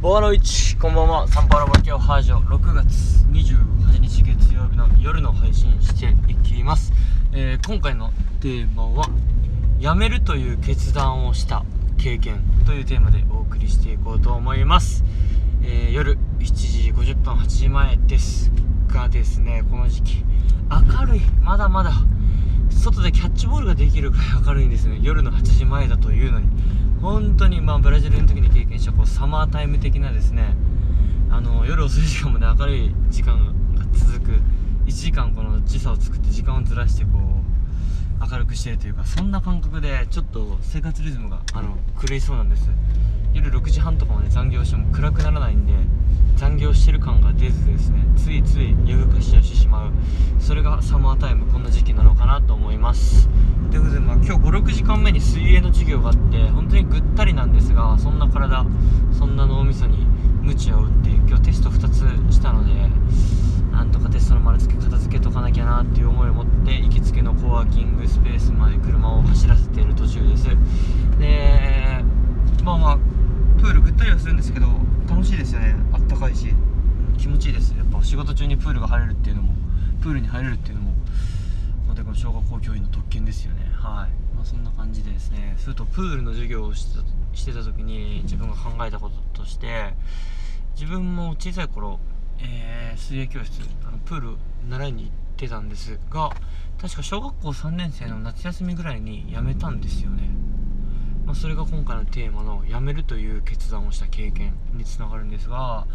ボアノイチ、こんばんは。サンパウロバキオハージョ6月28日月曜日の夜の配信していきます。今回のテーマは辞めるという決断をした経験というテーマでお送りしていこうと思います。夜7時50分8時前ですがですね、この時期明るい、まだまだ外でキャッチボールができるくらい明るいんですね。夜の8時前だというのに本当にブラジルの時に経験したサマータイム的なですね、夜遅い時間まで明るい時間が続く1時間この時差を作って時間をずらして明るくしているというか、そんな感覚でちょっと生活リズムが狂いそうなんです。夜6時半とかまで残業しても暗くならないんで、残業してる感が出ずですね、ついつい夜更かしをしてしまう。それがサマータイム、こんな時期なのかなと思います。ということで、今日5、6時間目に水泳の授業があって、本当にぐったりなんですが、そんな体、そんな脳みそに鞭を打って、今日テスト2つしたので、なんとかテストの丸付け片付けとかなきゃなっていう思いを持って、行きつけのコワーキングスペースまで車を走らせている途中です。で、プールぐったりはするんですけど楽しいですよね。あったかいし気持ちいいです。やっぱ仕事中にプールが入れるっていうのも、プールに入れるっていうのも、でも小学校教員の特権ですよね。はい、そんな感じでですね、するとプールの授業をしてた時に自分が考えたこととして、自分も小さい頃、水泳教室プール習いに行ってたんですが、確か小学校3年生の夏休みぐらいに辞めたんですよね。それが今回のテーマの辞めるという決断をした経験につながるんですが、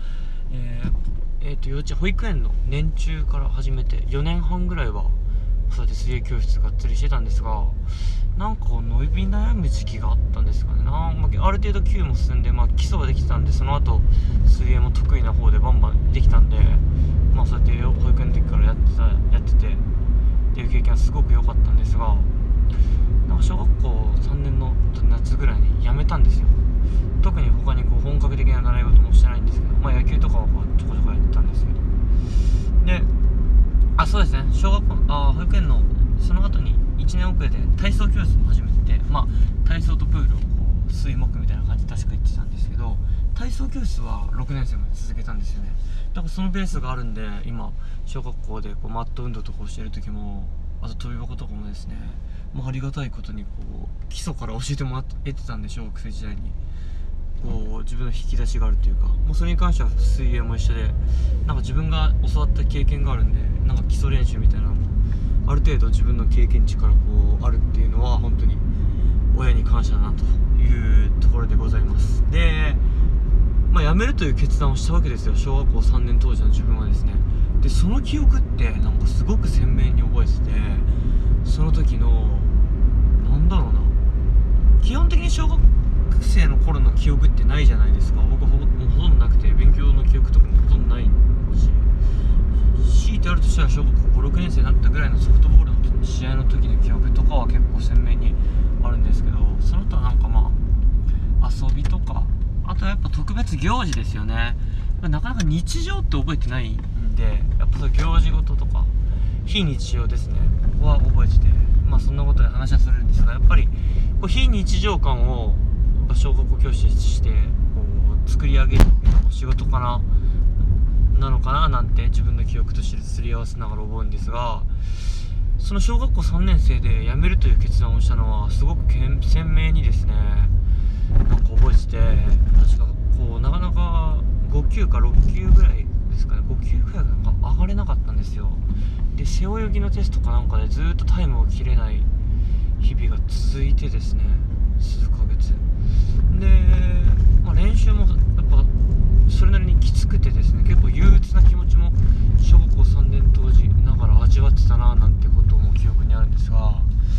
保育園の年中から始めて4年半ぐらいはそうやって水泳教室がっつりしてたんですが、なんか伸び悩む時期があったんですかね。ある程度級も進んで、基礎はできてたんで、その後水泳も得意な方でバンバンできたんで、そうやって保育園の時からやっててっていう経験はすごく良かったんですが、小学校3年の夏ぐらいに辞めたんですよ。特に他に本格的な習い事もしてないんですけど、野球とかはちょこちょこやってたんですけど、で、そうですね、保育園のその後に1年遅れて体操教室も始めてて、体操とプールを水木みたいな感じで確か言ってたんですけど、体操教室は6年生まで続けたんですよね。だからそのベースがあるんで、今小学校でマット運動とかをしてる時も、あと跳び箱とかもですね、ありがたいことに基礎から教えてもらってたんで、小学生時代に自分の引き出しがあるというか、それに関しては水泳も一緒で、自分が教わった経験があるんで、基礎練習みたいなのもある程度自分の経験値からあるっていうのは、本当に親に感謝だなというところでございます。で、辞めるという決断をしたわけですよ、小学校3年当時の自分はですね。で、その記憶ってすごく鮮明に覚えてて、その時の基本的に小学生の頃の記憶ってないじゃないですか。僕ほとんどなくて、勉強の記憶とかもほとんどないし、強いてあるとしたら小学校5、6年生になったぐらいのソフトボールの試合の時の記憶とかは結構鮮明にあるんですけど、その他遊びとか、あとはやっぱ特別行事ですよね。なかなか日常って覚えてないんで、やっぱ行事事とか非日常ですねは覚えてて、そんなことで話はするんですが、やっぱり非日常感を小学校教師として作り上げる仕事なのかななんて自分の記憶としてすり合わせながら思うんですが、その小学校3年生で辞めるという決断をしたのはすごく鮮明にですね、覚えてて、確かなかなか5級か6級ぐらいですかね、5級ぐらい上がれなかったんですよ。で、背泳ぎのテストかなんかでずっとタイムを切れない日々が続いてですね、数ヶ月で、練習もやっぱそれなりにきつくてですね、結構憂鬱な気持ちも小学校3年当時ながら味わってたななんてことも記憶にあるんですが、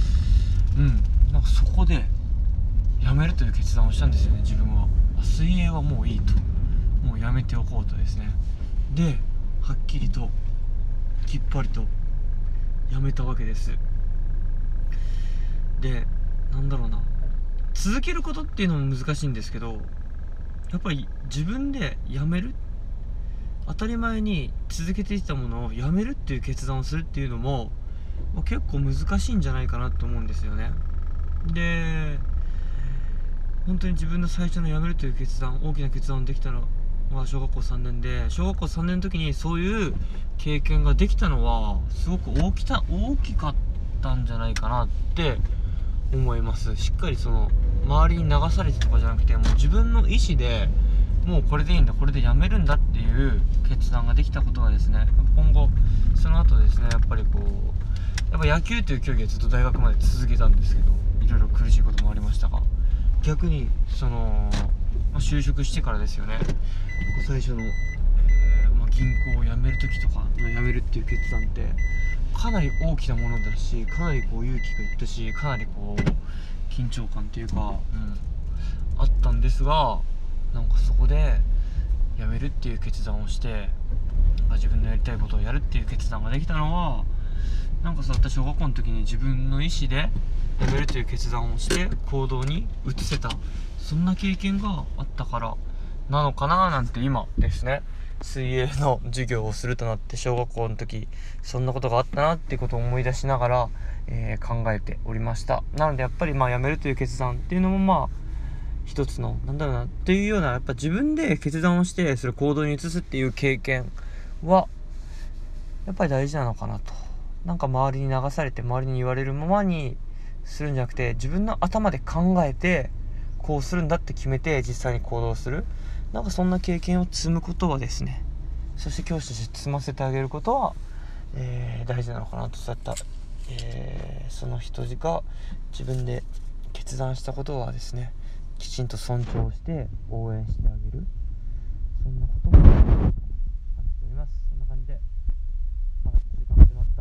そこでやめるという決断をしたんですよね、自分は。水泳はもういいと、もうやめておこうとですね。で、はっきりときっぱりとやめたわけです。で、続けることっていうのも難しいんですけど、やっぱり自分でやめる、当たり前に続けていたものをやめるっていう決断をするっていうのも、結構難しいんじゃないかなと思うんですよね。で、本当に自分の最初のやめるという決断、大きな決断できたのは小学校3年で、小学校3年の時にそういう経験ができたのはすごく大きかったんじゃないかなって思います。しっかりその周りに流されてとかじゃなくて、もう自分の意思でもうこれでいいんだ、これでやめるんだっていう決断ができたことがですね、今後その後ですね、やっぱりこうやっぱ野球という競技はずっと大学まで続けたんですけど、いろいろ苦しいこともありましたが、逆にその、就職してからですよね、最初の、銀行を辞める時とか辞めるっていう決断ってかなり大きなものだし、かなりこう勇気がいったし、かなりこう緊張感っていうか、あったんですが、なんかそこで辞めるっていう決断をして、自分のやりたいことをやるっていう決断ができたのは、なんかそういった小学校の時に自分の意思で辞めるという決断をして行動に移せた、そんな経験があったからなのかななんて今ですね、水泳の授業をするとなって小学校の時そんなことがあったなっていうことを思い出しながら、考えておりました。なのでやっぱり辞めるという決断っていうのも一つのなんだろうなっていうような、やっぱ自分で決断をしてそれを行動に移すっていう経験はやっぱり大事なのかなと。なんか周りに流されて周りに言われるままにするんじゃなくて、自分の頭で考えてこうするんだって決めて実際に行動する、なんかそんな経験を積むことはですね、そして教師として積ませてあげることは、大事なのかなと。そういった、その人が自分で決断したことはですね、きちんと尊重して応援してあげる、そんなことも感じております。そんな感じでまだ1週間始まった、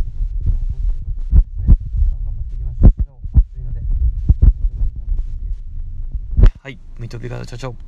頑張っていきましょう。暑いのではい、ミトビガードチャチョ。